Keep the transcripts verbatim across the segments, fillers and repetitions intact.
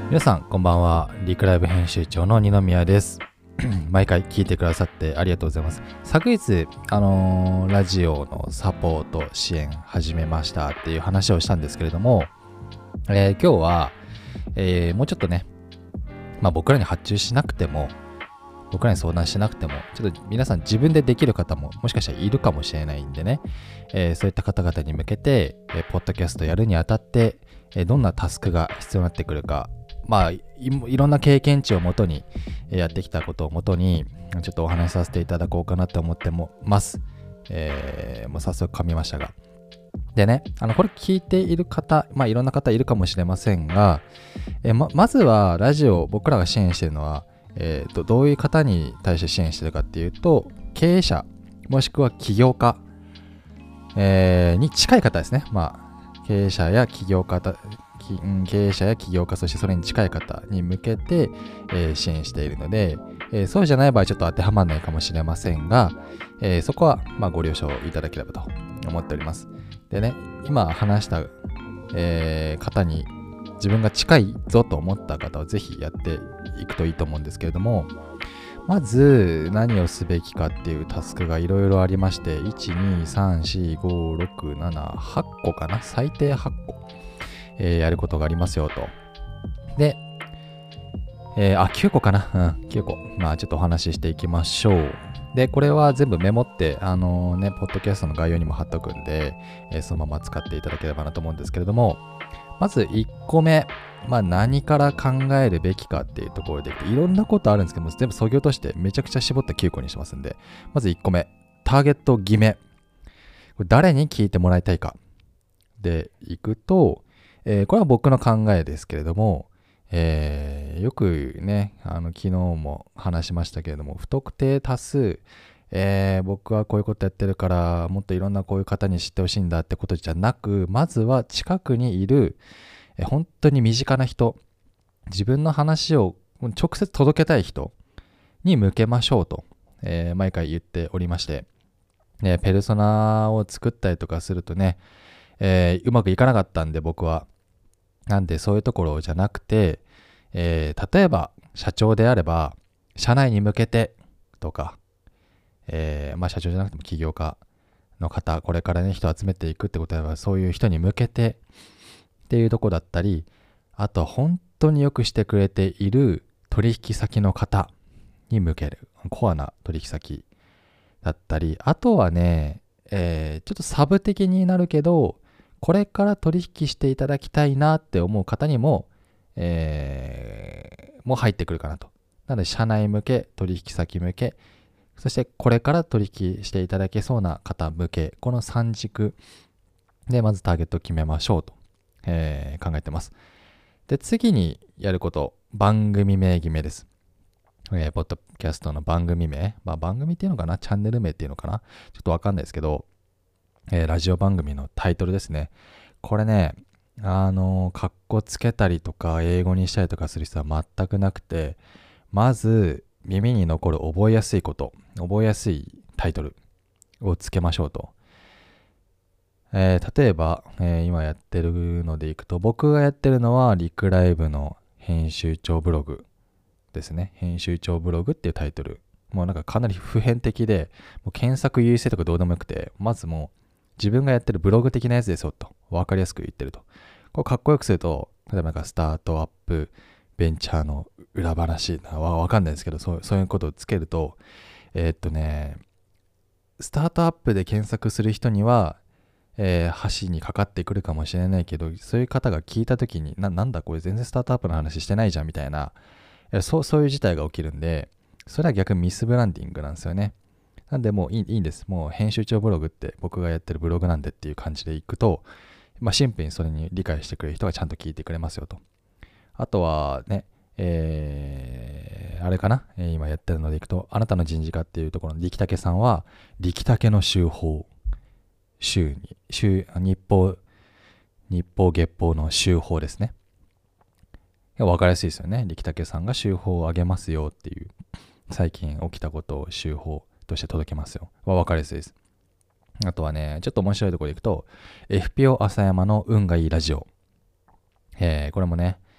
皆さんこんばんは。リクライブ編集長の二宮です。毎回聞いてくださってありがとうございます。昨日、あのーラジオのサポート支援始めましたっていう話をしたんですけれども、えー今日は、えーもうちょっとね、まあ僕らに発注しなくても、僕らに相談しなくても、ちょっと皆さん自分でできる方ももしかしたらいるかもしれないんでね、えーそういった方々に向けて、えーポッドキャストやるにあたって、えーどんなタスクが必要になってくるか、まあい、いろんな経験値をもとに、えーやってきたことをもとに、ちょっとお話しさせていただこうかなと思ってもます。えーもう早速噛みましたが。でね、あのこれ聞いている方、まあいろんな方いるかもしれませんが、えーま、まずはラジオ、僕らが支援しているのは、えーと、どういう方に対して支援しているかっていうと、経営者、もしくは起業家、えーに近い方ですね。まあ、経営者や起業家、きうん経営者や起業家、そしてそれに近い方に向けて、えー支援しているので、えーそうじゃない場合ちょっと当てはまらないかもしれませんが、えーそこはまあご了承いただければと思っております。でね、今話した、えー方に自分が近いぞと思った方はぜひやっていくといいと思うんですけれども、まず何をすべきかっていうタスクがいろいろありまして、いち、に、さん、よん、ご、ろく、なな、はち個かな、最低はち個、えーやることがありますよと。で、えーあ、きゅう個かな、うん、きゅう個。まあちょっとお話ししていきましょう。で、これは全部メモって、あのね、ポッドキャストの概要にも貼っとくんで、えーそのまま使っていただければなと思うんですけれども、まずいっこめ、まあ何から考えるべきかっていうところで、いろんなことあるんですけども、全部削ぎ落としてめちゃくちゃ絞ったきゅう個にしますんで、まずいっこめ、ターゲット決め。これ誰に聞いてもらいたいかでいくと、えーこれは僕の考えですけれども、えーよくね、あの昨日も話しましたけれども、不特定多数、えー僕はこういうことやってるから、もっといろんなこういう方に知ってほしいんだってことじゃなく、まずは近くにいる、えー本当に身近な人、自分の話を直接届けたい人に向けましょうと、えー毎回言っておりまして、ね、ペルソナを作ったりとかするとね、えーうまくいかなかったんで僕は。なんでそういうところじゃなくて、えー例えば社長であれば、社内に向けてとか、えーまあ社長じゃなくても起業家の方、これからね、人を集めていくってことであれば、そういう人に向けてっていうところだったり、あとは本当によくしてくれている取引先の方に向ける。コアな取引先だったり、あとはね、えーちょっとサブ的になるけど、これから取引していただきたいなって思う方にも、えーもう入ってくるかなと。なので、社内向け、取引先向け、そしてこれから取引していただけそうな方向け、このさん軸でまずターゲットを決めましょうと、えー考えてます。で、次にやること、番組名決めです。えーポッドキャストの番組名、まあ番組っていうのかな、チャンネル名っていうのかな、ちょっとわかんないですけど、えーラジオ番組のタイトルですね。これね、あのー、かっこつけたりとか、英語にしたりとかする必要は全くなくて、まず耳に残る覚えやすいこと、覚えやすいタイトルをつけましょうと。えー例えば、えー今やってるのでいくと、僕がやってるのはリクライブの編集長ブログですね。編集長ブログっていうタイトル。もうなんかかなり普遍的で、もう検索優位性とかどうでもよくて、まずもう自分がやってるブログ的なやつですよと、分かりやすく言ってると。これかっこよくすると、例えばなんかスタートアップ、ベンチャーの裏話、わわかんないですけど、そうそういうことをつけると、えーっとね、スタートアップで検索する人には、えー箸にかかってくるかもしれないけど、そういう方が聞いたときにな、なんだこれ全然スタートアップの話してないじゃんみたいな、えそう、そういう事態が起きるんで、それは逆にミスブランディングなんですよね。なんでもういいいいんです。もう編集長ブログって僕がやってるブログなんでっていう感じでいくと、まあ、シンプルにそれに理解してくれる人がちゃんと聞いてくれますよと。あとはね、えー、あれかな、えー今やってるのでいくと、あなたの人事課っていうところの力武さんは、力武の週報、週に、週、日報、日報月報の週報ですね。わかりやすいですよね。力武さんが週報をあげますよっていう、最近起きたことを週報として届けますよ。はわかりやすいです。あとはね、ちょっと面白いところでいくと、エフピーオー 浅山の運がいいラジオ。えー、これもね、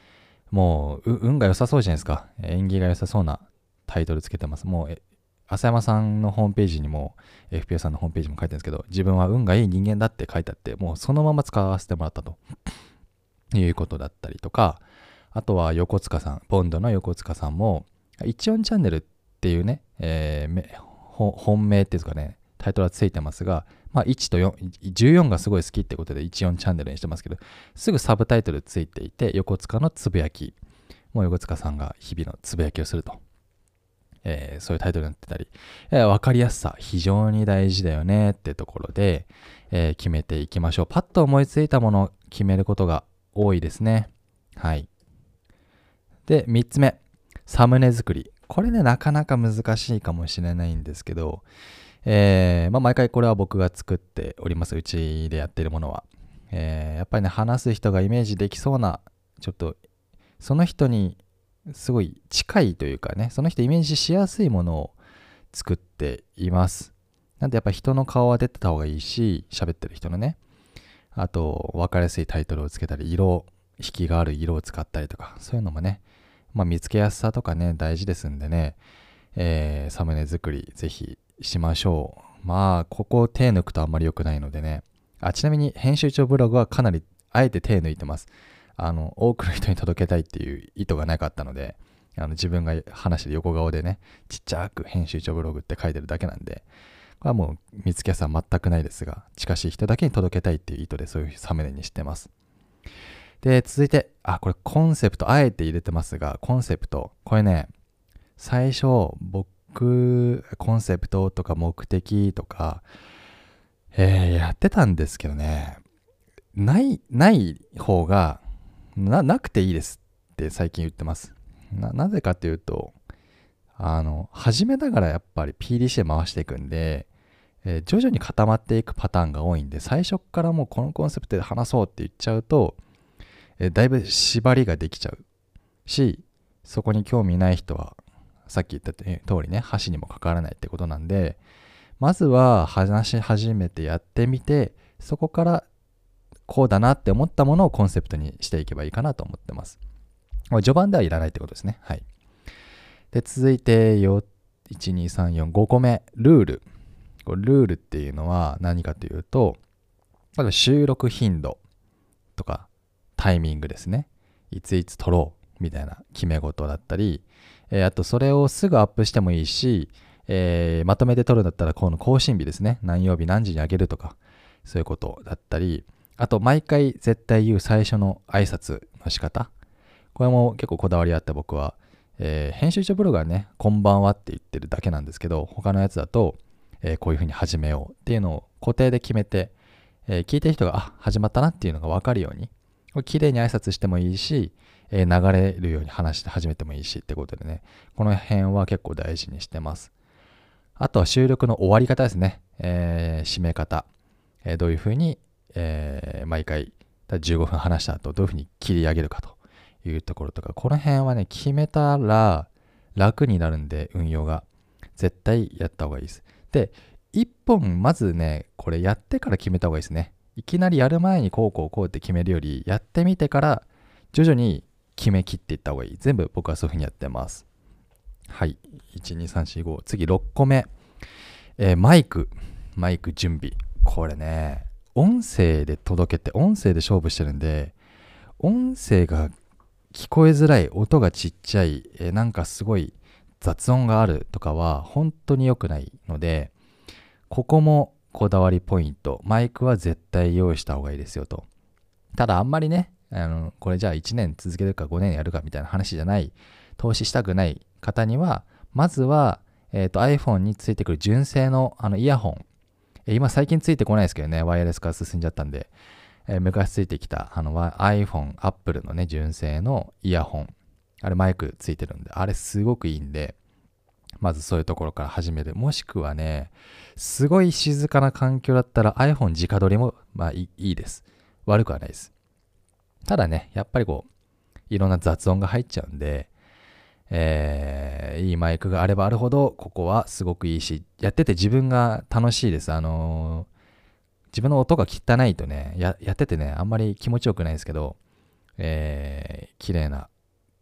もう、う運が良さそうじゃないですか。縁起が良さそうなタイトルつけてます。もう、え浅山さんのホームページにも、エフピーオー さんのホームページにも書いてるんですけど、自分は運がいい人間だって書いてあって、もうそのまま使わせてもらったということだったりとか、あとは横塚さん、ボンドの横塚さんも、いちよんチャンネルっていうね、えー、本命っていうかね、タイトルはついてますが、まあ、いちとよん、じゅうよんがすごい好きってことでいちよんチャンネルにしてますけど、すぐサブタイトルついていて、横塚のつぶやき、もう横塚さんが日々のつぶやきをすると。えー、そういうタイトルになってたり、えー、分かりやすさ非常に大事だよねってところで、えー、決めていきましょう。パッと思いついたものを決めることが多いですね。はい。で、みっつめ、サムネ作り。これね、なかなか難しいかもしれないんですけど、えーまあ、毎回これは僕が作っております。うちでやってるものは。えー、やっぱりね、話す人がイメージできそうな、ちょっと、その人にすごい近いというかね、その人イメージしやすいものを作っています。なんでやっぱ人の顔は出てた方がいいし、喋ってる人のね。あと、分かりやすいタイトルをつけたり、色、引きがある色を使ったりとか、そういうのもね、まあ見つけやすさとかね、大事ですんでね、えー、サムネ作りぜひしましょう。まあ、ここを手抜くとあんまり良くないのでね。あ、ちなみに編集長ブログはかなりあえて手抜いてます。あの、多くの人に届けたいっていう意図がなかったので、あの自分が話して横顔でね、ちっちゃく編集長ブログって書いてるだけなんで、これはもう見つけやすさは全くないですが、近しい人だけに届けたいっていう意図でそういうサムネにしてます。で、続いて、あ、これコンセプト、あえて入れてますが、コンセプト、これね、最初、僕、コンセプトとか目的とか、えー、やってたんですけどね、ない、ない方がな、なくていいですって最近言ってます。な、なぜかっていうと、あの、始めながらやっぱり ピーディーシー で回していくんで、えー徐々に固まっていくパターンが多いんで、最初からもうこのコンセプトで話そうって言っちゃうと、えーだいぶ縛りができちゃうし、そこに興味ない人は、さっき言った通りね、箸にもかからないってことなんで、まずは話し始めてやってみて、そこからこうだなって思ったものをコンセプトにしていけばいいかなと思ってます。序盤ではいらないってことですね。はい。で、続いてよいち、に、さん、よん、ごこめ、ルール。これルールっていうのは何かというと、まず収録頻度とかタイミングですね。いついつ撮ろうみたいな決め事だったり、えーあとそれをすぐアップしてもいいし、えーまとめて撮るんだったらこの更新日ですね。何曜日何時に上げるとか、そういうことだったり、あと毎回絶対言う最初の挨拶の仕方。これも結構こだわりあって僕は、えー編集長ブログはね、こんばんはって言ってるだけなんですけど、他のやつだと、えーこういう風に始めようっていうのを固定で決めて、えー聞いてる人が、あ、始まったなっていうのが分かるように、これ綺麗に挨拶してもいいし、えー流れるように話して始めてもいいしってことでね、この辺は結構大事にしてます。あとは収録の終わり方ですね。えー締め方。えーどういう風に、えー毎回じゅうごふん話した後どういう風に切り上げるかというところとか、この辺はね、決めたら楽になるんで、運用が。絶対やった方がいいです。で、一本まずね、これやってから決めた方がいいですね。いきなりやる前にこうこうこうって決めるより、やってみてから徐々に決めきっていった方がいい。全部僕はそういう風にやってます。はい。いち、に、さん、し、ご。次ろっこめ。えーマイク。マイク準備。これね、音声で届けて、音声で勝負してるんで、音声が聞こえづらい、音がちっちゃい、えーなんかすごい雑音があるとかは本当に良くないので、ここもこだわりポイント。マイクは絶対用意した方がいいですよと。ただあんまりね、あのこれじゃあいちねん続けるかごねんやるかみたいな話じゃない、投資したくない方には、まずは、えーと iPhone についてくる純正のあのイヤホン。えー今最近ついてこないですけどね、ワイヤレス化進んじゃったんで、えー昔ついてきたあの iPhone、Apple のね、純正のイヤホン。あれマイクついてるんで、あれすごくいいんで、まずそういうところから始める。もしくはね、すごい静かな環境だったら iPhone 直撮りもまあいいいいです。悪くはないです。ただね、やっぱりこう、いろんな雑音が入っちゃうんで、えーいいマイクがあればあるほど、ここはすごくいいし、やってて自分が楽しいです。あのー自分の音が汚いとね、ややっててね、あんまり気持ちよくないですけど、えー綺麗な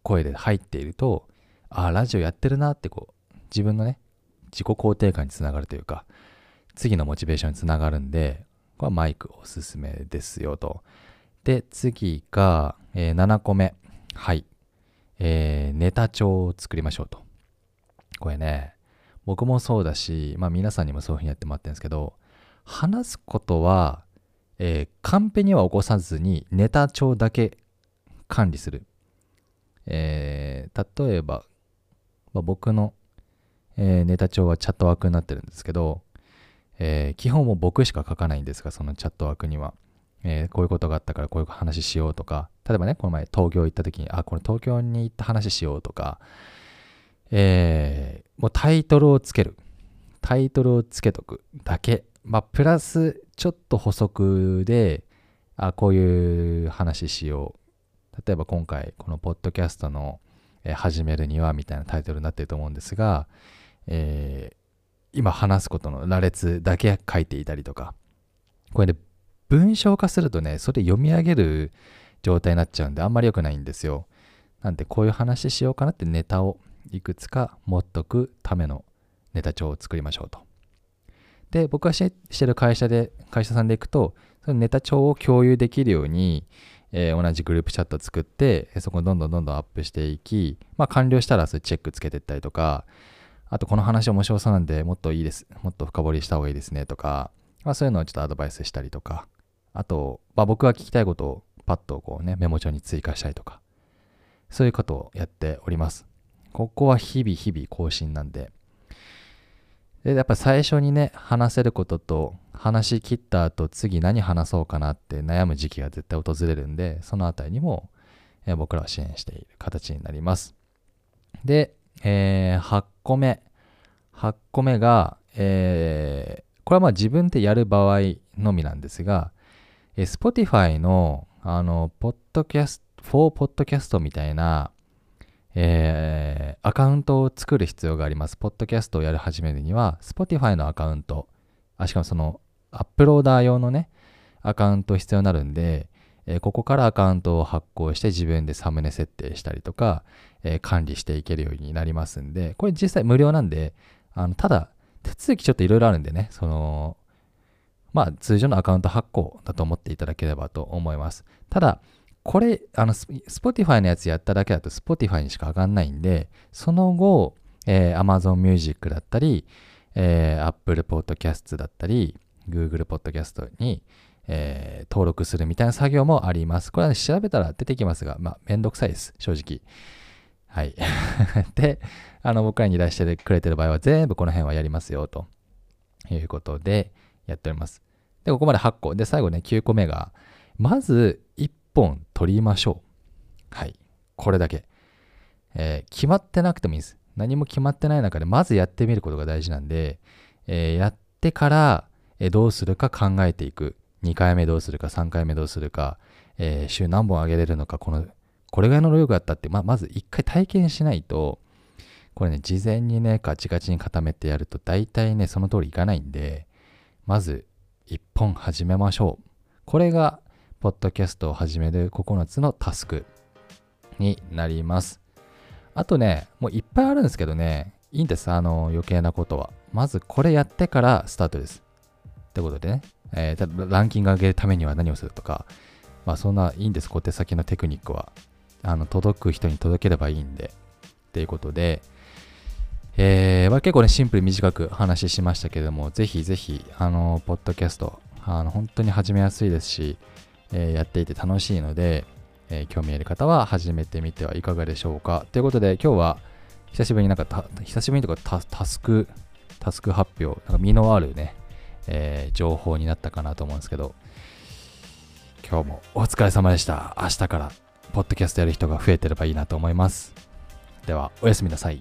声で入っていると、ああ、ラジオやってるなってこう、自分のね、自己肯定感につながるというか、次のモチベーションにつながるんで、これはマイクおすすめですよと。で、次が、えー、ななこめ。はい。えー、ネタ帳を作りましょうと。これね、僕もそうだし、まあ皆さんにもそういうふうにやってもらってるんですけど、話すことは、えー、カンペには起こさずにネタ帳だけ管理する。えー、例えば、まあ、僕の、えーネタ帳はチャットワークになってるんですけど、えー基本も僕しか書かないんですが、そのチャットワークには。えーこういうことがあったからこういう話しようとか、例えばね、この前東京行った時に、あ、これ東京に行った話しようとか、えーもうタイトルをつける。タイトルをつけとくだけ。まあ、プラス、ちょっと補足で、あ、こういう話しよう。例えば今回、このポッドキャストの、えー始めるにはみたいなタイトルになってると思うんですが、えー今話すことの羅列だけ書いていたりとか、これね、文章化するとね、それ読み上げる状態になっちゃうんで、あんまり良くないんですよ。なんで、こういう話しようかなってネタをいくつか持っとくためのネタ帳を作りましょうと。で、僕がししてる会社で、会社さんで行くと、そのネタ帳を共有できるように、えー同じグループチャットを作って、そこをどんどんどんどんアップしていき、まあ完了したらそれチェックつけていったりとか、あとこの話面白そうなんでもっといいです、もっと深掘りした方がいいですねとか、まあそういうのをちょっとアドバイスしたりとか、あと、まあ僕が聞きたいことをパッとこうね、メモ帳に追加したりとか、そういうことをやっております。ここは日々日々更新なんで。で、やっぱ最初にね、話せることと、話し切った後、次何話そうかなって悩む時期が絶対訪れるんで、そのあたりにも、えー僕らは支援している形になります。で、えーはちこめ。はちこめが、えーこれはまあ自分でやる場合のみなんですが、えー Spotify の、あの、ポッドキャスト、フォーポッドキャストみたいな、えーアカウントを作る必要があります。ポッドキャストをやる始めるには、Spotify のアカウント、あ、しかもその、アップローダー用のね、アカウント必要になるんで、えーここからアカウントを発行して自分でサムネ設定したりとか、えー管理していけるようになりますんで、これ実際無料なんで、あのただ、手続きちょっといろいろあるんでね、その、まあ通常のアカウント発行だと思っていただければと思います。ただ、これ、あの、ス Spotify のやつやっただけだと Spotify にしか上がんないんで、その後、えー Amazon Music だったり、えー Apple Podcast だったり、Google Podcast に、えー登録するみたいな作業もあります。これは、ね、調べたら出てきますが、まあ、めんどくさいです、正直。はい。で、あの、僕らに依頼してくれてる場合は、全部この辺はやりますよ、ということで、やっております。で、ここまではちこ。で、最後ね、きゅうこめが、まずいっぽん取りましょう。はい。これだけ。えー決まってなくてもいいです。何も決まってない中で、まずやってみることが大事なんで、えーやってから、えーどうするか考えていく。にかいめどうするか、さんかいめどうするか、えー週何本上げれるのか、この、これぐらいの労力だったって、ま、まず一回体験しないと、これね、事前にね、ガチガチに固めてやると、大体ね、その通りいかないんで、まず、一本始めましょう。これが、ポッドキャストを始めるここのつのタスクになります。あとね、もういっぱいあるんですけどね、いいんです、あの、余計なことは。まず、これやってからスタートです。ってことでね、えー、ただランキング上げるためには何をするとか、まあ、そんないいんです、小手先のテクニックは。あの、届く人に届ければいいんで。っていうことで、えーまあ、結構ね、シンプルに短く話しましたけれども、ぜひぜひ、あの、ポッドキャスト、あの、本当に始めやすいですし、えーやっていて楽しいので、えー興味ある方は始めてみてはいかがでしょうか。ということで、今日は、久しぶりになんかた、久しぶりにとかタ、タスク、タスク発表、なんか身のあるね、えー情報になったかなと思うんですけど、今日もお疲れ様でした。明日から、ポッドキャストやる人が増えてればいいなと思います。では、おやすみなさい。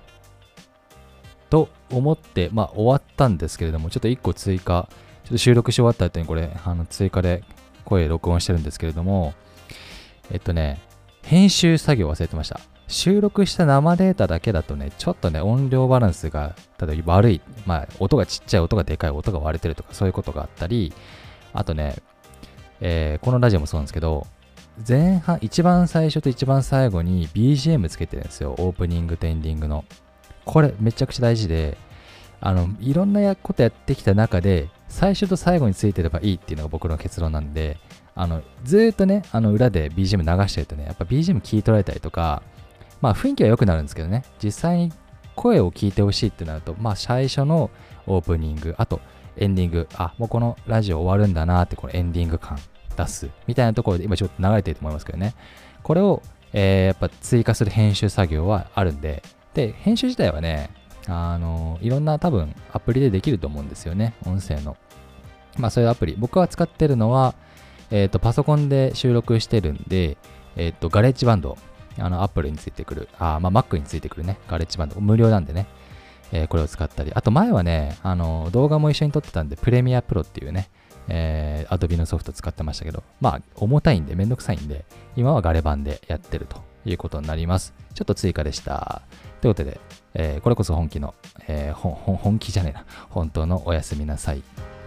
と思って、まあ終わったんですけれども、ちょっといっこ追加、ちょっと収録し終わった後にこれ、あの追加で声録音してるんですけれども、えっとね、編集作業忘れてました。収録した生データだけだとね、ちょっとね、音量バランスが、例えば悪い、まあ音がちっちゃい、音がでかい、音が割れてるとかそういうことがあったり、あとね、えーこのラジオもそうなんですけど、 前半、一番最初と一番最後に ビージーエム つけてるんですよ。オープニングとエンディングの。これめちゃくちゃ大事で、あの、いろんなことやってきた中で、最初と最後についてればいいっていうのが僕の結論なんで、あの、ずーっとね、あの、裏で ビージーエム 流してるとね、やっぱ ビージーエム 聞い取られたりとか、まあ雰囲気は良くなるんですけどね、実際に声を聞いてほしいってなると、まあ最初のオープニング、あとエンディング、あ、もうこのラジオ終わるんだなって、このエンディング感出すみたいなところで今ちょっと流れてると思いますけどね。これを、えー、やっぱ追加する編集作業はあるんで、で、編集自体はね、あの、いろんな多分アプリでできると思うんですよね。音声の。まあそういうアプリ。僕は使ってるのは、えっと、パソコンで収録してるんで、えっと、ガレッジバンド。あの、アップルについてくる。あ、まあ Mac についてくるね。ガレッジバンド。無料なんでね。えー、これを使ったり。あと前はね、あの、動画も一緒に撮ってたんで、プレミアプロっていうね、えー、Adobe のソフト使ってましたけど、まあ重たいんで、めんどくさいんで、今はガレ版でやってるということになります。ちょっと追加でした。ということで、えー、これこそ本気の、えー、本、本気じゃねえな。本当のおやすみなさい。